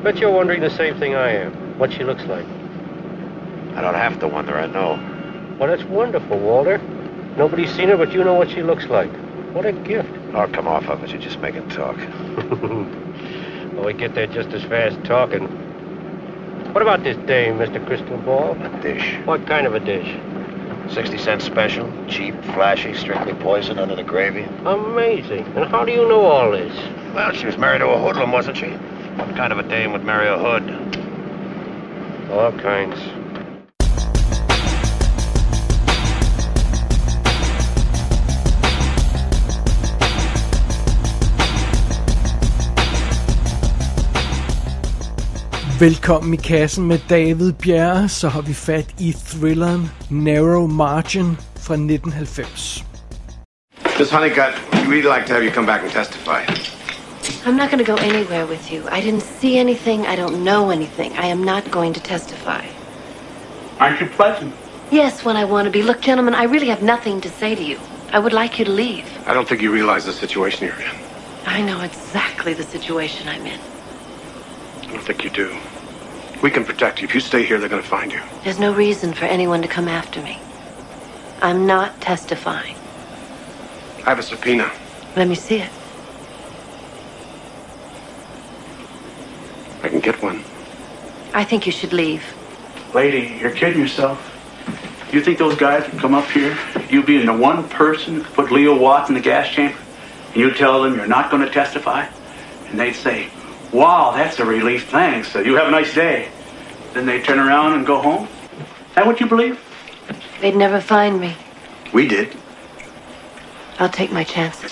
Bet you're wondering the same thing I am, what she looks like. I don't have to wonder, I know. Well, that's wonderful, Walter. Nobody's seen her, but you know what she looks like. What a gift. Oh, come off of it, you're just making talk. Well, we get there just as fast talking. What about this dame, Mr. Crystal Ball? A dish. What kind of a dish? 60-cent special, cheap, flashy, strictly poison under the gravy. Amazing. And how do you know all this? Well, she was married to a hoodlum, wasn't she? What kind of a dame would marry a hood? All kinds. Velkommen i kassen med David Bjerre, så har vi fat i thrilleren Narrow Margin fra 1990. Miss Honeycutt, we'd really like to have you come back and testify. I'm not going to go anywhere with you. I didn't see anything. I don't know anything. I am not going to testify. Aren't you pleasant? Yes, when I want to be. Look, gentlemen, I really have nothing to say to you. I would like you to leave. I don't think you realize the situation you're in. I know exactly the situation I'm in. I don't think you do. We can protect you. If you stay here, they're going to find you. There's no reason for anyone to come after me. I'm not testifying. I have a subpoena. Let me see it. I can get one. I think you should leave. Lady, you're kidding yourself. You think those guys would come up here, you being the one person who put Leo Watts in the gas chamber, and you tell them you're not going to testify? And they'd say, wow, that's a relief, thanks. You have a nice day. Then they turn around and go home? Is that what you believe? They'd never find me. We did. I'll take my chances.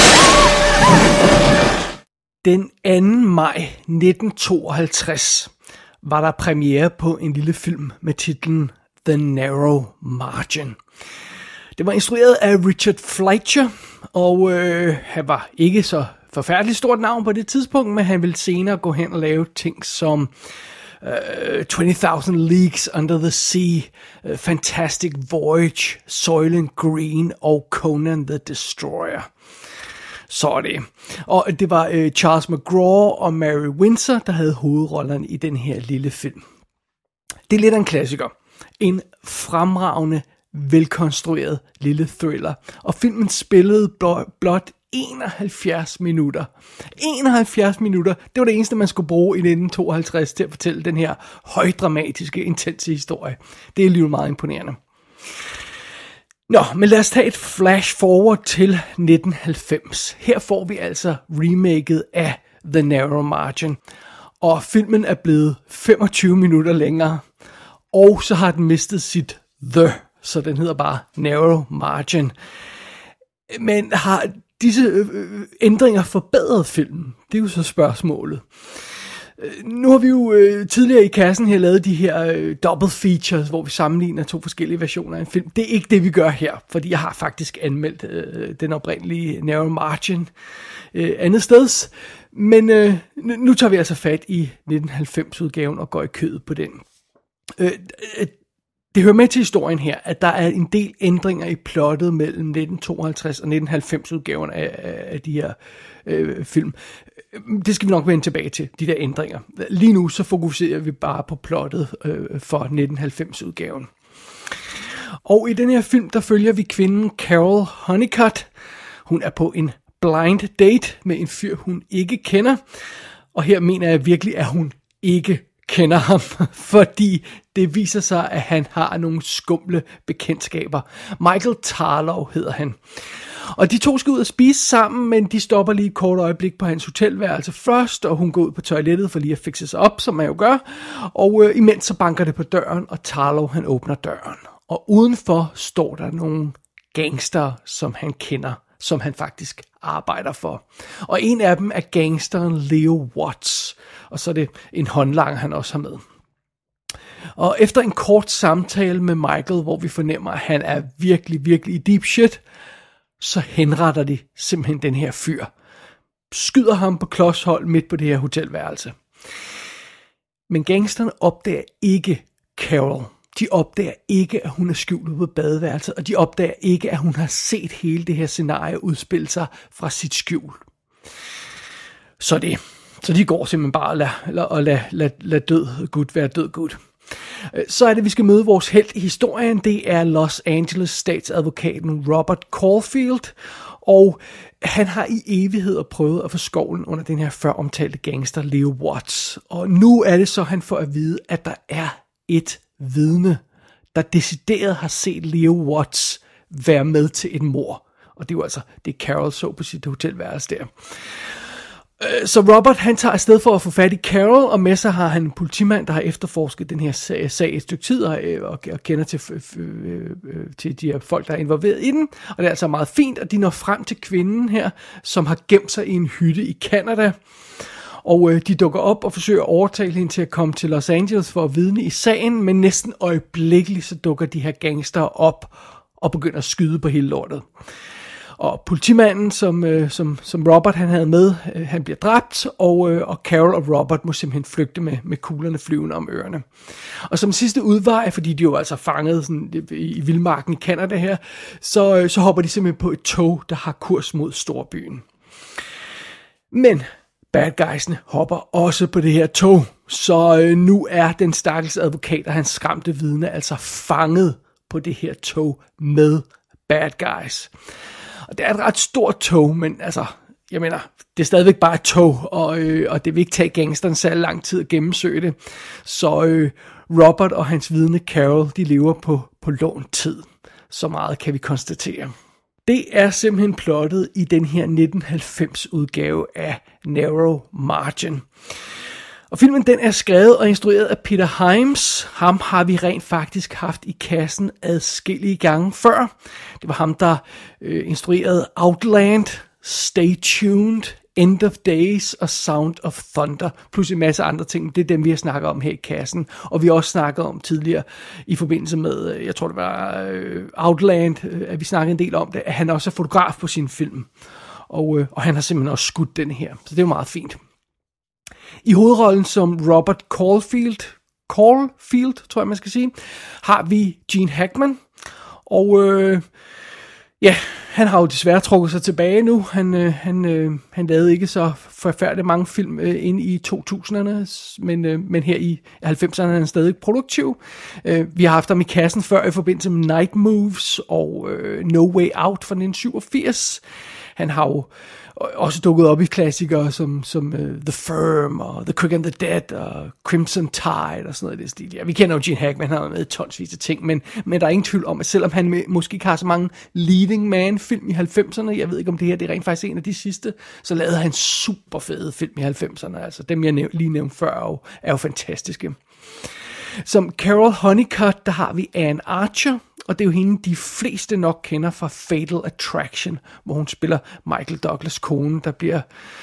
Den 2. maj 1952 var der premiere på en lille film med titlen The Narrow Margin. Det var instrueret af Richard Fleischer, og han var ikke så forfærdeligt stort navn på det tidspunkt, men han ville senere gå hen og lave ting som 20,000 Leagues Under the Sea, Fantastic Voyage, Soylent Green og Conan the Destroyer. Så er det. Og det var Charles McGraw og Mary Windsor, der havde hovedrollerne i den her lille film. Det er lidt af en klassiker. En fremragende, velkonstrueret lille thriller. Og filmen spillede blot 71 minutter. 71 minutter, det var det eneste, man skulle bruge i 1952 til at fortælle den her højdramatiske, intense historie. Det er alligevel meget imponerende. Nå, men lad os tage et flash forward til 1990. Her får vi altså remaket af The Narrow Margin. Og filmen er blevet 25 minutter længere. Og så har den mistet sit The, så den hedder bare Narrow Margin. Men har disse ændringer forbedret filmen? Det er jo så spørgsmålet. Nu har vi jo tidligere i kassen her lavet de her double features, hvor vi sammenligner to forskellige versioner af en film. Det er ikke det, vi gør her, fordi jeg har faktisk anmeldt den oprindelige Narrow Margin andet steds. Men nu tager vi altså fat i 1990-udgaven og går i kødet på den. Det hører med til historien her, at der er en del ændringer i plottet mellem 1952 og 1990-udgaven af de her film. Det skal vi nok vende tilbage til, de der ændringer. Lige nu så fokuserer vi bare på plottet for 1990-udgaven. Og i den her film, der følger vi kvinden Carol Honeycutt. Hun er på en blind date med en fyr, hun ikke kender. Og her mener jeg virkelig, at hun ikke kender ham, fordi det viser sig, at han har nogle skumle bekendtskaber. Michael Tarlow hedder han. Og de to skal ud og spise sammen, men de stopper lige et kort øjeblik på hans hotelværelse først, og hun går ud på toilettet for lige at fikse sig op, som man jo gør. Og imens så banker det på døren, og Tarlow han åbner døren. Og udenfor står der nogle gangster, som han kender, som han faktisk arbejder for. Og en af dem er gangsteren Leo Watts, og så er det en håndlanger, han også har med. Og efter en kort samtale med Michael, hvor vi fornemmer, at han er virkelig, virkelig i deep shit, så henretter de simpelthen den her fyr. Skyder ham på klodshold midt på det her hotelværelse. Men gangsterne opdager ikke Carol. De opdager ikke, at hun er skjult på badeværelset, og de opdager ikke, at hun har set hele det her scenarie udspille sig fra sit skjul. Så det. Så de går simpelthen bare og lad død Gud være død Gud. Så er det, vi skal møde vores helt i historien. Det er Los Angeles statsadvokaten Robert Caulfield. Og han har i evigheder prøvet at få skovlen under den her før omtalte gangster Leo Watts. Og nu er det så, han får at vide, at der er et vidne, der decideret har set Leo Watts være med til et mord. Og det er jo altså det, Carol så på sit hotelværelse der. Så Robert, han tager afsted for at få fat i Carol, og med sig har han en politimand, der har efterforsket den her sag et stykke tid, og kender til de her folk, der er involveret i den. Og det er altså meget fint, at de når frem til kvinden her, som har gemt sig i en hytte i Canada. Og de dukker op og forsøger at overtale hende til at komme til Los Angeles for at vidne i sagen, men næsten øjeblikkeligt så dukker de her gangster op og begynder at skyde på hele lortet. Og politimanden, som Robert han havde med, han bliver dræbt, og Carol og Robert må simpelthen flygte med kuglerne flyvende om ørerne. Og som sidste udvej, fordi de jo altså fanget sådan, i vildmarken i Canada her, så hopper de simpelthen på et tog, der har kurs mod storbyen. Men bad guysene hopper også på det her tog, så nu er den stakkels advokat og hans skræmte vidne altså fanget på det her tog med bad guys. Og det er et ret stort tog, men altså, jeg mener, det er stadigvæk bare et tog, og det vil ikke tage gangsteren særlig lang tid at gennemsøge det. Så Robert og hans vidne Carol, de lever på lånt tid. Så meget kan vi konstatere. Det er simpelthen plottet i den her 1990 udgave af Narrow Margin. Og filmen den er skrevet og instrueret af Peter Hyams. Ham har vi rent faktisk haft i kassen adskillige gange før. Det var ham, der instruerede Outland, Stay Tuned, End of Days og Sound of Thunder. Plus en masse andre ting. Det er dem, vi har snakket om her i kassen. Og vi har også snakket om tidligere i forbindelse med, jeg tror det var Outland, at vi snakkede en del om det, at han også er fotograf på sin film. Og han har simpelthen også skudt den her. Så det er jo meget fint. I hovedrollen som Robert Caulfield, tror jeg man skal sige, har vi Gene Hackman. Og han har jo desværre trukket sig tilbage nu. Han lavede ikke så forfærdeligt mange film inde i 2000'erne, men her i 90'erne er han stadig produktiv. Vi har haft ham i kassen før i forbindelse med Night Moves og No Way Out fra 1987. Han har jo også dukket op i klassikere som The Firm og The Quick and the Dead og Crimson Tide og sådan noget i det stil. Ja, vi kender jo Gene Hackman, han har med tonsvis af ting, men der er ingen tvivl om, at selvom han måske ikke har så mange leading man film i 90'erne, jeg ved ikke om det her det er rent faktisk en af de sidste, så lavede han super fede film i 90'erne. Altså dem jeg lige nævnte før er jo fantastiske. Som Carol Honeycutt, der har vi Anne Archer, og det er jo hende, de fleste nok kender fra Fatal Attraction, hvor hun spiller Michael Douglas' kone, der bliver,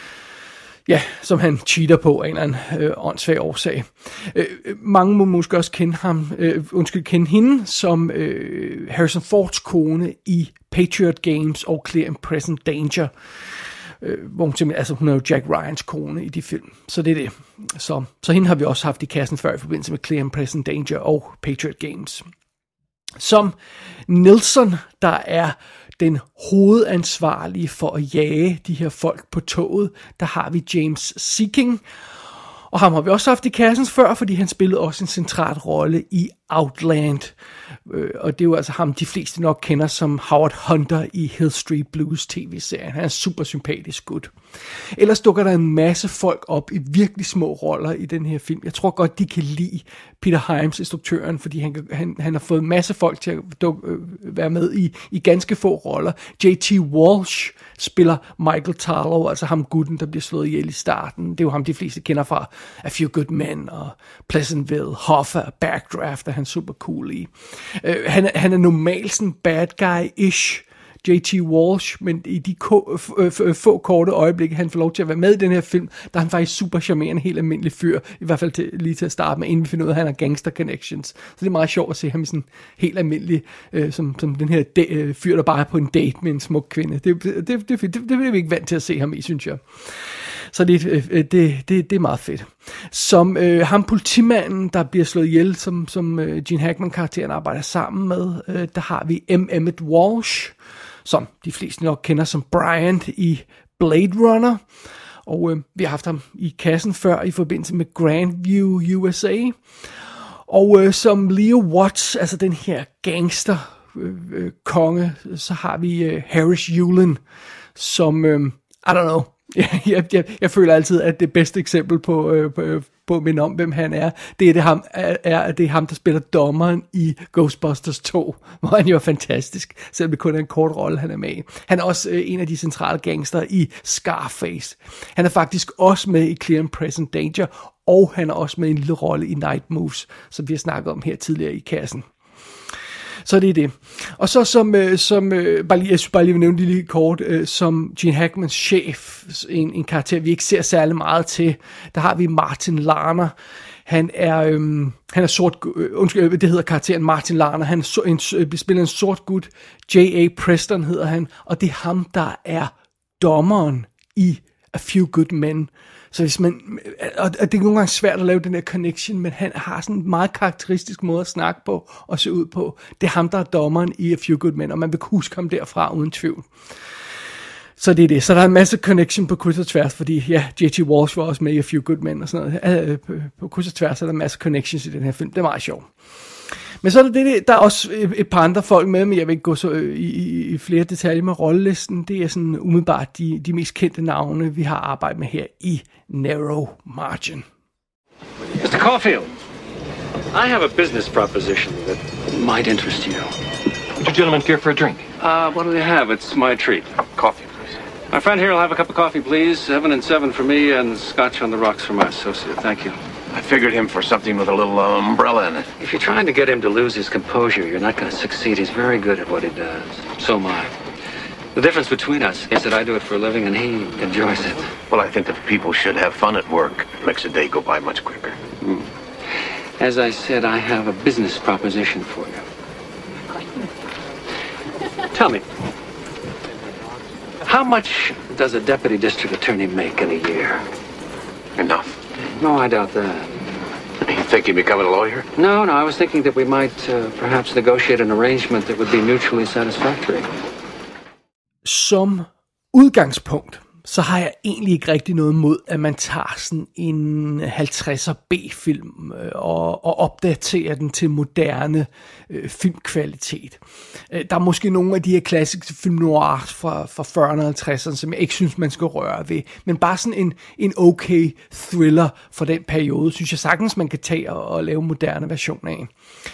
som han cheater på af en eller anden åndssvag årsag. Mange må måske også kende hende som Harrison Fords kone i Patriot Games og Clear and Present Danger, hvor hun simpelthen, altså hun er jo Jack Ryans kone i de film, så det er det. Så hende har vi også haft i kassen før i forbindelse med Clear and Present Danger og Patriot Games. Som Nelson, der er den hovedansvarlige for at jage de her folk på toget, der har vi James Seeking. Og ham har vi også haft i kassen før, fordi han spillede også en central rolle i Outland. Og det er jo altså ham, de fleste nok kender som Howard Hunter i Hill Street Blues tv-serien. Han er super sympatisk gut. Ellers dukker der en masse folk op i virkelig små roller i den her film. Jeg tror godt, de kan lide Peter Hyams, instruktøren, fordi han har fået en masse folk til at være med i ganske få roller. J.T. Walsh spiller Michael Tarlow, altså ham gutten, der bliver slået ihjel i starten. Det er jo ham, de fleste kender fra A Few Good Men og Pleasantville, Hoffa og Backdraft, er han super cool i. Han er normalt sådan bad guy-ish, J.T. Walsh, men i de få korte øjeblikke, han får lov til at være med i den her film, der er han faktisk super charmerende, helt almindelig fyr, i hvert fald lige til at starte med, inden vi finder ud af, at han har gangster connections. Så det er meget sjovt at se ham i sådan helt almindelig, som den her fyr, der bare er på en date med en smuk kvinde. Det er vi ikke vant til at se ham i, synes jeg. Så det er meget fedt. Som ham politimanden, der bliver slået ihjel, som Gene Hackman-karakteren arbejder sammen med, der har vi Emmett Walsh, som de fleste nok kender som Bryant i Blade Runner. Og vi har haft ham i kassen før i forbindelse med Grandview USA. Og som Leo Watts, altså den her gangster konge, så har vi Harris Yulin, som, I don't know, jeg føler altid, at det bedste eksempel på at minde om, hvem han er, det er ham, der spiller dommeren i Ghostbusters 2, hvor han jo er fantastisk, selvom det kun er en kort rolle, han er med i. Han er også en af de centrale gangster i Scarface. Han er faktisk også med i Clear and Present Danger, og han er også med i en lille rolle i Night Moves, som vi har snakket om her tidligere i kassen. Så det er det. Og så jeg synes bare lige vil nævne det lige kort, som Gene Hackmans chef, en karakter, vi ikke ser særlig meget til, der har vi Martin Larner. Han er sort, det hedder karakteren Martin Larner, han spiller en sort gut, J.A. Preston hedder han, og det er ham, der er dommeren i A Few Good Men. Så hvis man, og det er nogle gange svært at lave den der connection, men han har sådan en meget karakteristisk måde at snakke på og se ud på. Det er ham, der er dommeren i A Few Good Men, og man vil huske ham derfra uden tvivl. Så det er det. Så der er en masse connection på kryds og tværs, fordi ja, J.T. Walsh var også med i A Few Good Men og sådan noget. På kryds og tværs er der en masse connections i den her film. Det er meget sjovt. Men så er der er også et par andre folk med, men jeg vil ikke gå så i flere detaljer med rollelisten. Det er sådan umiddelbart de mest kendte navne, vi har arbejdet med her i Narrow Margin. Mr. Caulfield, I have a business proposition that might interest you. Would you gentlemen care for a drink? What do they have? It's my treat. Coffee, please. My friend here will have a cup of coffee, please. 7 and 7 for me, and scotch on the rocks for my associate. Thank you. I figured him for something with a little umbrella in it. If you're trying to get him to lose his composure, you're not going to succeed. He's very good at what he does. So am I. The difference between us is that I do it for a living and he enjoys it. Well, I think that people should have fun at work. It makes a day go by much quicker. As I said, I have a business proposition for you. Tell me, how much does a deputy district attorney make in a year? Enough. No, I doubt that. You think he'd become a lawyer? No, I was thinking that we might perhaps negotiate an arrangement that would be mutually satisfactory. Som udgangspunkt, så har jeg egentlig ikke rigtig noget mod, at man tager sådan en 50'er B-film og opdaterer den til moderne filmkvalitet. Der er måske nogle af de her klassiske film noir fra 40'erne og 50'erne, som jeg ikke synes, man skal røre ved. Men bare sådan en okay thriller fra den periode, synes jeg sagtens, man kan tage og lave moderne version af.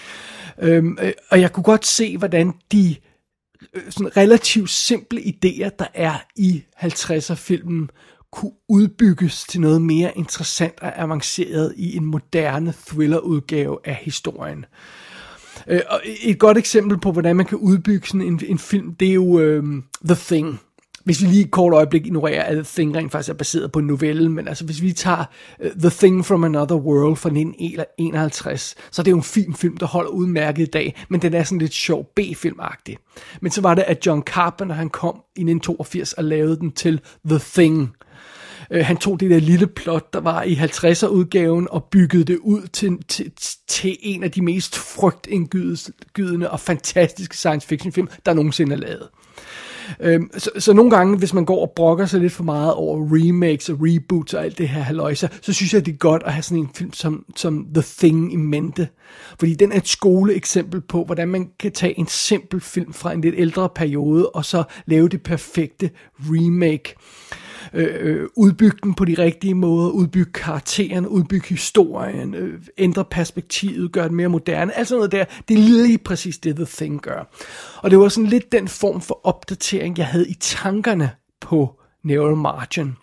Og jeg kunne godt se, hvordan de sådan relativt simple idéer, der er i 50'er-filmen, kunne udbygges til noget mere interessant og avanceret i en moderne thriller-udgave af historien. Og et godt eksempel på, hvordan man kan udbygge sådan en film, det er jo The Thing. Hvis vi lige et kort øjeblik ignorerer, at The Thing rent faktisk er baseret på en novelle, men altså hvis vi tager The Thing from Another World fra 1951, så er det jo en fin film, der holder udmærket i dag, men den er sådan lidt sjov B-filmagtig. Men så var det, at John Carpenter, han kom i 1982 og lavede den til The Thing. Han tog det der lille plot, der var i 50'er-udgaven, og byggede det ud til en af de mest frygtindgydende og fantastiske science fiction film, der nogensinde er lavet. Så nogle gange, hvis man går og brokker sig lidt for meget over remakes og reboots og alt det her halløjse, så synes jeg, det er godt at have sådan en film som The Thing i mente. Fordi den er et skoleeksempel på, hvordan man kan tage en simpel film fra en lidt ældre periode, og så lave det perfekte remake. Udbygge den på de rigtige måder, udbygge karakteren, udbygge historien, ændre perspektivet, gøre det mere moderne, alt sådan noget der, det er lige præcis det, The Thing gør. Og det var sådan lidt den form for opdatering, jeg havde i tankerne på Narrow Margin.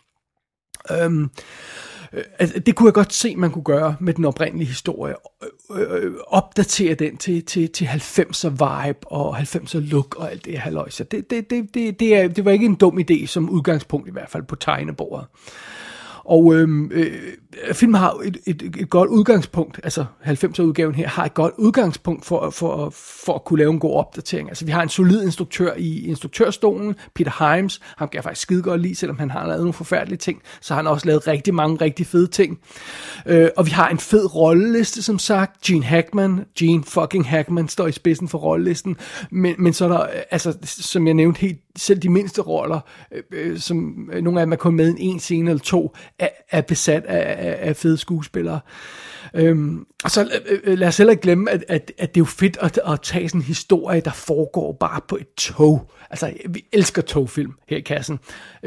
Det kunne jeg godt se, man kunne gøre med den oprindelige historie. Opdatere den til 90'er vibe og 90'er look og alt det her halløjse. Det var ikke en dum idé som udgangspunkt, i hvert fald på tegnebordet. Og filmen har et godt udgangspunkt, altså 90'er-udgaven her har et godt udgangspunkt for at kunne lave en god opdatering. Altså vi har en solid instruktør i instruktørstolen, Peter Hyams, ham kan jeg faktisk skide godt lide, selvom han har lavet nogle forfærdelige ting, så har han også lavet rigtig mange rigtig fede ting. Og vi har en fed rolleliste, som sagt. Gene fucking Hackman står i spidsen for rollelisten, men så er der, altså som jeg nævnte, helt selv de mindste roller, som nogle af dem er kun med i en scene eller to, er besat af fede skuespillere. Og så lad os heller ikke glemme, at det er jo fedt at tage sådan en historie, der foregår bare på et tog. Altså, vi elsker togfilm her i kassen.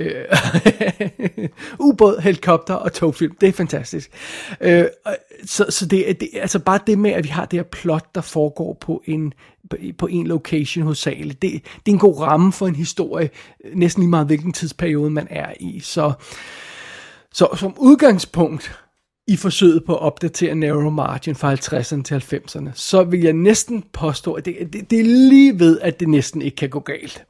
Ubåd, helikopter og togfilm, det er fantastisk. Så det altså bare det med, at vi har det her plot, der foregår på en location hovedsageligt. Det er en god ramme for en historie, næsten lige meget hvilken tidsperiode man er i. Så som udgangspunkt i forsøget på at opdatere Narrow Margin fra 50'erne til 90'erne, så vil jeg næsten påstå, at det er lige ved, at det næsten ikke kan gå galt.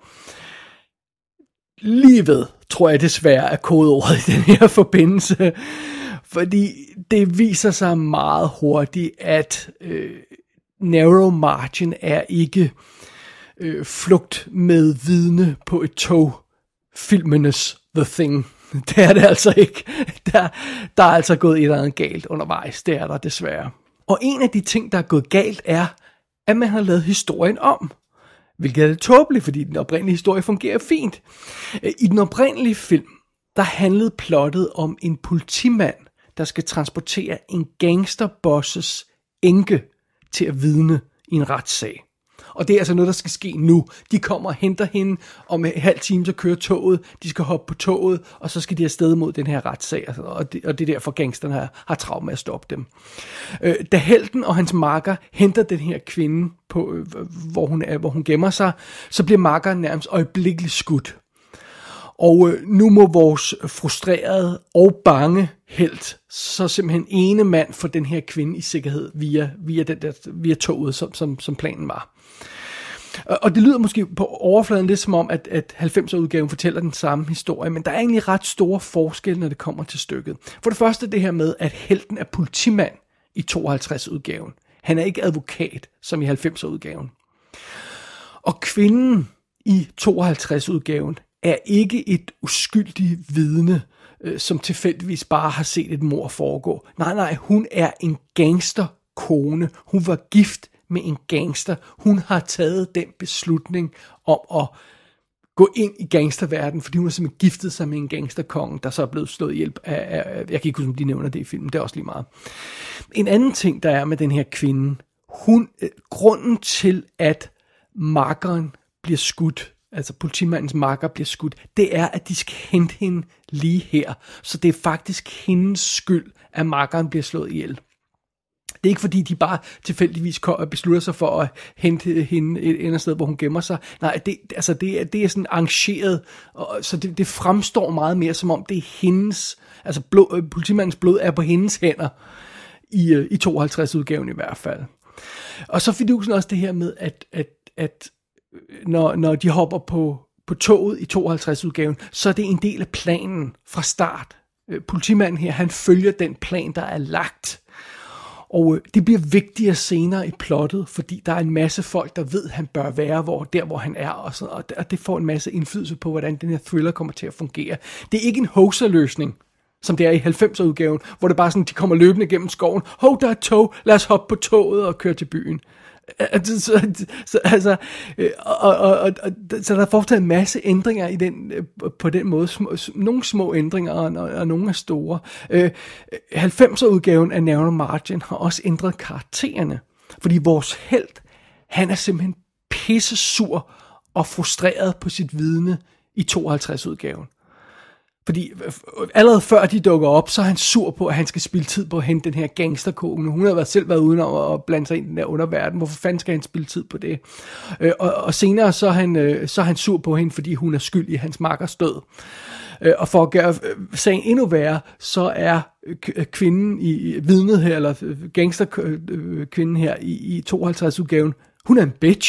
Lige ved, tror jeg desværre er kodeordet i den her forbindelse, fordi det viser sig meget hurtigt, at Narrow Margin er ikke flugt med vidne på et tog, filmenes The Thing. Det er det altså ikke. Der er altså gået et eller andet galt undervejs. Det er der desværre. Og en af de ting, der er gået galt, er, at man har lavet historien om. Hvilket er det tåbeligt, fordi den oprindelige historie fungerer fint. I den oprindelige film, der handlede plottet om en politimand, der skal transportere en gangsterbosses enke til at vidne i en retssag. Og det er altså noget, der skal ske nu. De kommer og henter hende, om en halv time så kører toget, de skal hoppe på toget, og så skal de afsted mod den her retssag, og det er derfor gangsterne har travlt med at stoppe dem. Da helten og hans makker henter den her kvinde, hvor hun gemmer sig, så bliver makkeren nærmest øjeblikkeligt skudt. Og nu må vores frustrerede og bange helt så simpelthen ene mand for den her kvinde i sikkerhed via toget, som planen var. Og det lyder måske på overfladen lidt som om, at 90'er-udgaven fortæller den samme historie, men der er egentlig ret store forskelle, når det kommer til stykket. For det første det her med, at helten er politimand i 52-udgaven. Han er ikke advokat, som i 90'er-udgaven. Og kvinden i 52-udgaven er ikke et uskyldigt vidne, som tilfældigvis bare har set et mord foregå. Nej, hun er en gangsterkone. Hun var gift med en gangster. Hun har taget den beslutning om at gå ind i gangsterverdenen, fordi hun har simpelthen giftet sig med en gangsterkonge, der så er blevet slået ihjel af jeg kan ikke huske, om de nævner det i filmen, det er også lige meget. En anden ting, der er med den her kvinde, grunden til, at makkeren bliver skudt, altså politimandens makker bliver skudt, det er, at de skal hente hende lige her. Så det er faktisk hendes skyld, at makkeren bliver slået ihjel. Det er ikke fordi, de bare tilfældigvis beslutter sig for at hente hende et andet sted, hvor hun gemmer sig. Nej, det er sådan arrangeret, så det fremstår meget mere som om, det er hendes, altså politimandens blod er på hendes hænder, i 52-udgaven i hvert fald. Og så fidusen også det her med, at når de hopper på toget i 52-udgaven, så er det en del af planen fra start. Politimanden her, han følger den plan, der er lagt. Og det bliver vigtigere senere i plottet, fordi der er en masse folk, der ved, at han bør være hvor han er, og det får en masse indflydelse på, hvordan den her thriller kommer til at fungere. Det er ikke en hoax-løsning, som det er i 90'er-udgaven, hvor det bare sådan, de kommer løbende gennem skoven. Der er et tog, lad os hoppe på toget og køre til byen. Så der er foretaget en masse ændringer i på den måde. Nogle små ændringer, og nogle er store. 90'er-udgaven af Narrow Margin har også ændret karaktererne. Fordi vores helt, han er simpelthen pisse sur og frustreret på sit vidne i 52-udgaven. Fordi allerede før de dukker op, så er han sur på, at han skal spille tid på at hente den her gangsterkone. Hun har selv været uden at blande sig ind i den der underverden. Hvorfor fanden skal han spille tid på det? Og senere så er han sur på hende, fordi hun er skyld i hans makkers død. Og for at gøre sagen endnu værre, så er kvinden i vidnet her, eller gangsterkvinden her i 52-udgaven, hun er en bitch.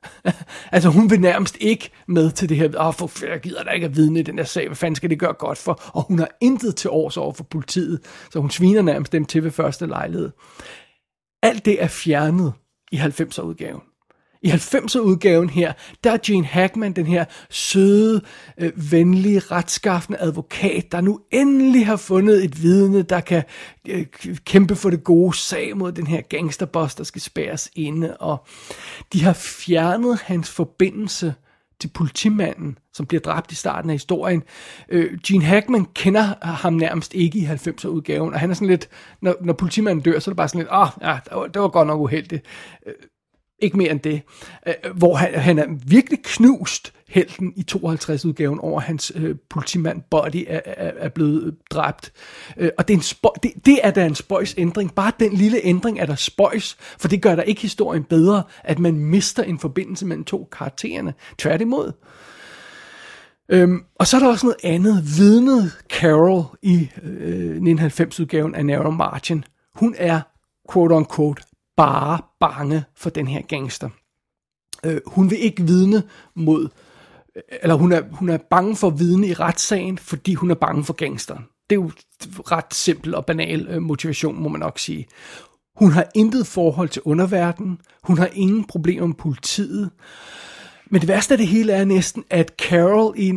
Altså hun vil nærmest ikke med til det her, jeg gider da ikke at vidne i den der sag, hvad fanden skal det gøre godt for? Og hun har intet til års over for politiet, så hun sviner nærmest dem til ved første lejlighed. Alt det er fjernet i 90'er-udgaven. I 90'er-udgaven her, der er Gene Hackman, den her søde, venlige, retskaffende advokat, der nu endelig har fundet et vidne, der kan kæmpe for det gode sag mod den her gangsterboss, der skal spærres inde. Og de har fjernet hans forbindelse til politimanden, som bliver dræbt i starten af historien. Gene Hackman kender ham nærmest ikke i 90'er-udgaven, og han er sådan lidt, når politimanden dør, så er det bare sådan lidt, det var godt nok uheldigt. Ikke mere end det. Hvor han er virkelig knust, helten i 52-udgaven, over hans politimand Buddy er blevet dræbt. Og det er da en spøjs ændring. Bare den lille ændring er der spøjs, for det gør der ikke historien bedre, at man mister en forbindelse mellem to karaktererne. Tværtimod. Og så er der også noget andet. Vidnet Carol i 1990-udgaven af Narrow Margin. Hun er, quote unquote, bare bange for den her gangster. Hun vil ikke vidne mod, eller hun er bange for at vidne i retssagen, fordi hun er bange for gangsteren. Det er jo ret simpel og banal motivation, må man nok sige. Hun har intet forhold til underverdenen. Hun har ingen problemer med politiet. Men det værste af det hele er næsten, at Carol jeg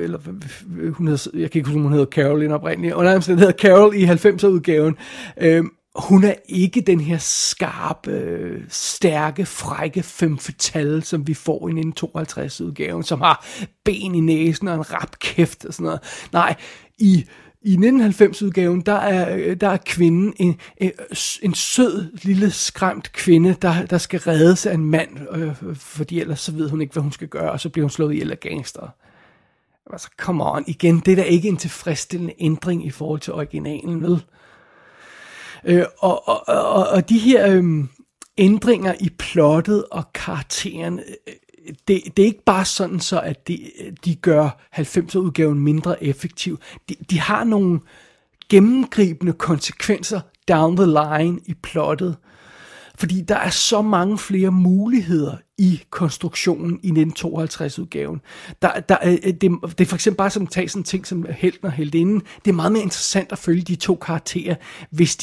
kan ikke huske, om hun hedder Carol oprindeligt, og nærmest den hedder Carol i 90'er-udgaven, hun er ikke den her skarpe, stærke, frække femme fatale, som vi får i 1952-udgaven, som har ben i næsen og en rap kæft og sådan noget. Nej, i 1990-udgaven, der er kvinden en sød, lille, skræmt kvinde, der skal reddes af en mand, fordi ellers så ved hun ikke, hvad hun skal gøre, og så bliver hun slået ihjel af gangster. Altså, come on, igen, det er da ikke en tilfredsstillende ændring i forhold til originalen, vel? Og de her ændringer i plottet og karakteren, det er ikke bare sådan så, at de gør 90'er-udgaven mindre effektiv. De har nogle gennemgribende konsekvenser down the line i plottet. Fordi der er så mange flere muligheder i konstruktionen i 1952-udgaven. Det er for eksempel bare som at tage sådan en ting som helten og heltinden. Det er meget mere interessant at følge de to karakterer, hvis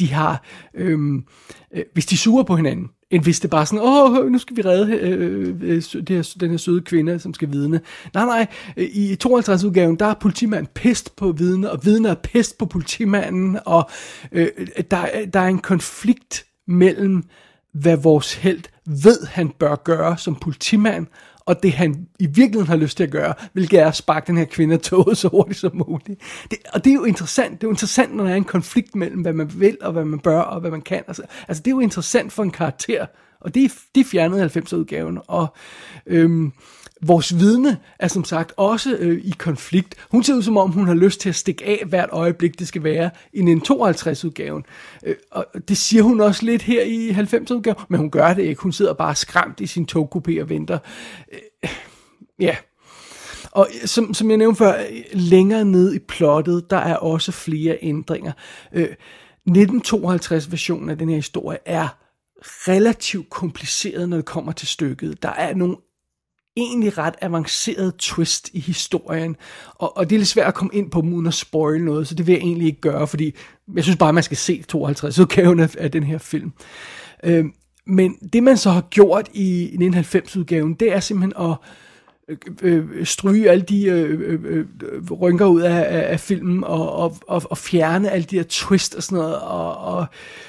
de suger på hinanden, end hvis det bare sådan, nu skal vi redde den her søde kvinde, som skal vidne. Nej, i 52-udgaven, der er politimanden pest på vidne, og vidner er pest på politimanden, og der er en konflikt mellem hvad vores helt ved, han bør gøre som politimand, og det han i virkeligheden har lyst til at gøre, hvilket er at sparke den her kvinde af toget så hurtigt som muligt. Og det er jo interessant. Det er jo interessant, når der er en konflikt mellem, hvad man vil, og hvad man bør, og hvad man kan. Altså det er jo interessant for en karakter, og det er fjernet i 90'er-udgaven, og vores vidne er som sagt også i konflikt. Hun ser ud som om, hun har lyst til at stikke af hvert øjeblik, det skal være i 1952-udgaven. Og det siger hun også lidt her i 90'er-udgaven, men hun gør det ikke. Hun sidder bare skræmt i sin togkupé og venter. Ja. Og som jeg nævnte før, længere ned i plottet, der er også flere ændringer. 1952-versionen af den her historie er relativt kompliceret, når det kommer til stykket. Der er nogle egentlig ret avanceret twist i historien, og det er lidt svært at komme ind på dem uden at spoil noget, så det vil jeg egentlig ikke gøre, fordi jeg synes bare, man skal se 52-udgaven af den her film. Men det man så har gjort i 1990-udgaven, det er simpelthen at stryge alle de rynker ud af filmen, og fjerne alle de her twist og sådan noget, og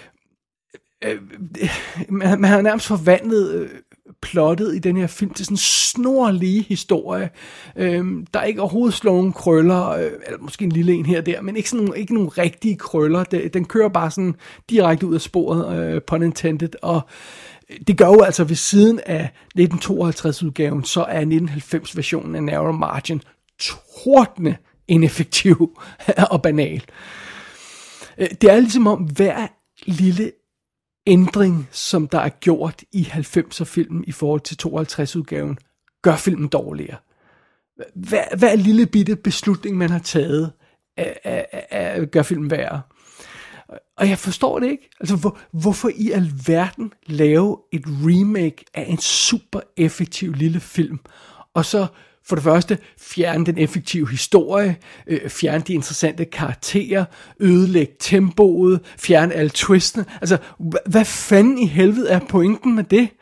man har nærmest forvandlet plottet i den her film til sådan en snorlige historie, der ikke overhovedet slår nogen krøller, eller måske en lille en her og der, men ikke nogen rigtige krøller. Den kører bare sådan direkte ud af sporet, pun intended, og det gør jo altså ved siden af 1952-udgaven, så er 1990-versionen af Narrow Margin tordende ineffektiv og banal. Det er ligesom om hver lille ændring, som der er gjort i 90'er-filmen i forhold til 52-udgaven, gør filmen dårligere. Hver lille bitte beslutning, man har taget, gør filmen værre. Og jeg forstår det ikke. Altså, hvorfor i alverden lave et remake af en super effektiv lille film, og så for det første fjerne den effektive historie, fjerne de interessante karakterer, ødelægge tempoet, fjerne alle twistene. Altså, hvad fanden i helvede er pointen med det?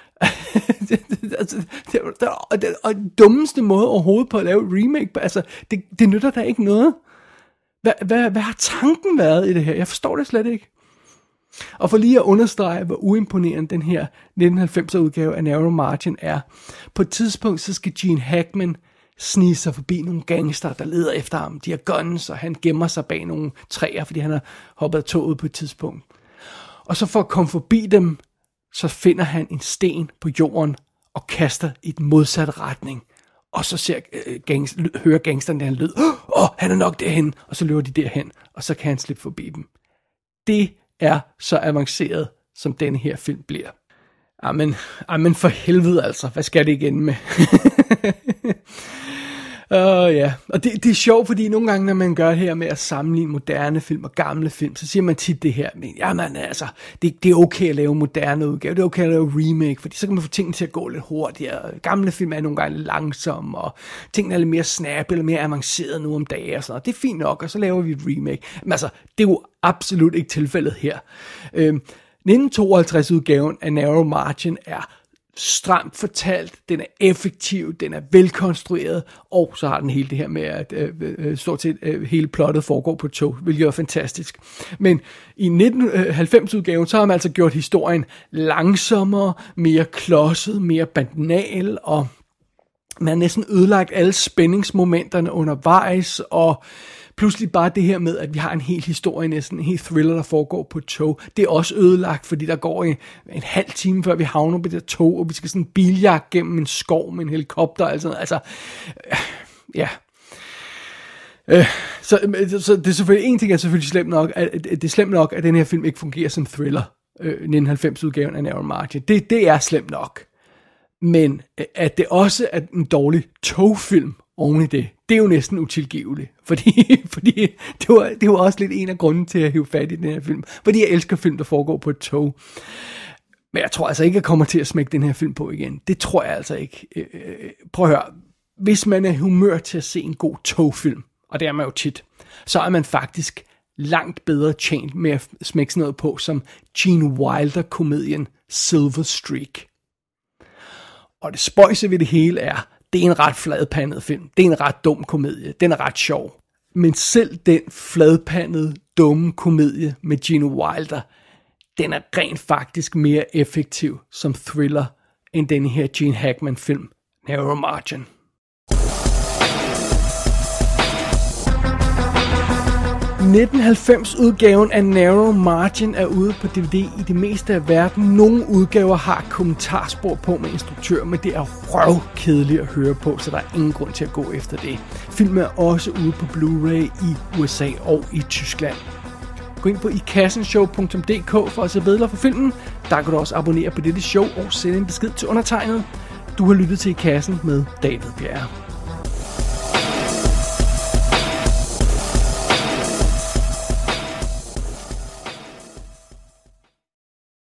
Det er den dummeste måde overhovedet på at lave et remake. Altså, det nytter da ikke noget. Hvad har tanken været i det her? Jeg forstår det slet ikke. Og for lige at understrege, hvor uimponerende den her 1990'er udgave af Narrow Margin er. På et tidspunkt, så skal Gene Hackman snige sig forbi nogle gangster, der leder efter ham. De har guns, og han gemmer sig bag nogle træer, fordi han har hoppet af toget på et tidspunkt. Og så for at komme forbi dem, så finder han en sten på jorden og kaster i den modsatte retning. Og så hører gangsteren den lyd. Han er nok derhen. Og så løber de derhen, og så kan han slippe forbi dem. Det er så avanceret, som denne her film bliver. Amen for helvede altså. Hvad skal det igen med? Ja. Og det er sjovt, fordi nogle gange, når man gør det her med at sammenligne moderne film og gamle film, så siger man tit det her, men jamen altså, det er okay at lave moderne udgave, det er okay at lave remake, fordi så kan man få tingene til at gå lidt hurtigere. Gamle film er nogle gange lidt langsomme, og tingene er lidt mere snappy, eller mere avanceret nu om dagen og sådan noget. Det er fint nok, og så laver vi et remake. Men altså, det er jo absolut ikke tilfældet her. 1952-udgaven af Narrow Margin er stramt fortalt, den er effektiv, den er velkonstrueret, og så har den hele det her med, at stort set hele plottet foregår på et tog, hvilket er fantastisk. Men i 1990-udgaven, så har man altså gjort historien langsommere, mere klodset, mere banal, og man har næsten ødelagt alle spændingsmomenterne undervejs, og pludselig bare det her med, at vi har en hel historie, næsten en hel thriller, der foregår på et tog. Det er også ødelagt, fordi der går en halv time, før vi havner på det der tog, og vi skal sådan en biljagt gennem en skov med en helikopter, altså ja. Så det er selvfølgelig, en ting er selvfølgelig slemt nok, at det er slemt nok, at den her film ikke fungerer som thriller, 1990-udgaven af Narrow Margin. Det er slemt nok. Men at det også er en dårlig togfilm oven i det er jo næsten utilgiveligt. Fordi det var også lidt en af grunden til at hive fat i den her film. Fordi jeg elsker film, der foregår på et tog. Men jeg tror altså ikke, jeg kommer til at smække den her film på igen. Det tror jeg altså ikke. Prøv at høre. Hvis man er i humør til at se en god togfilm, og det er man jo tit, så er man faktisk langt bedre tjent med at smække sådan noget på, som Gene Wilder-komedien Silver Streak. Og det spøjse ved det hele er, det er en ret fladpandet film. Det er en ret dum komedie. Den er ret sjov. Men selv den fladpandede, dumme komedie med Gene Wilder, den er rent faktisk mere effektiv som thriller, end den her Gene Hackman film, Narrow Margin. ...1990-udgaven af Narrow Margin er ude på DVD i det meste af verden. Nogle udgaver har kommentarspor på med instruktør, men det er røvkedeligt at høre på, så der er ingen grund til at gå efter det. Filmen er også ude på Blu-ray i USA og i Tyskland. Gå ind på ikassenshow.dk for at se billeder for filmen. Der kan du også abonnere på dette show og sende en besked til undertegnet. Du har lyttet til I Kassen med David Bjerre.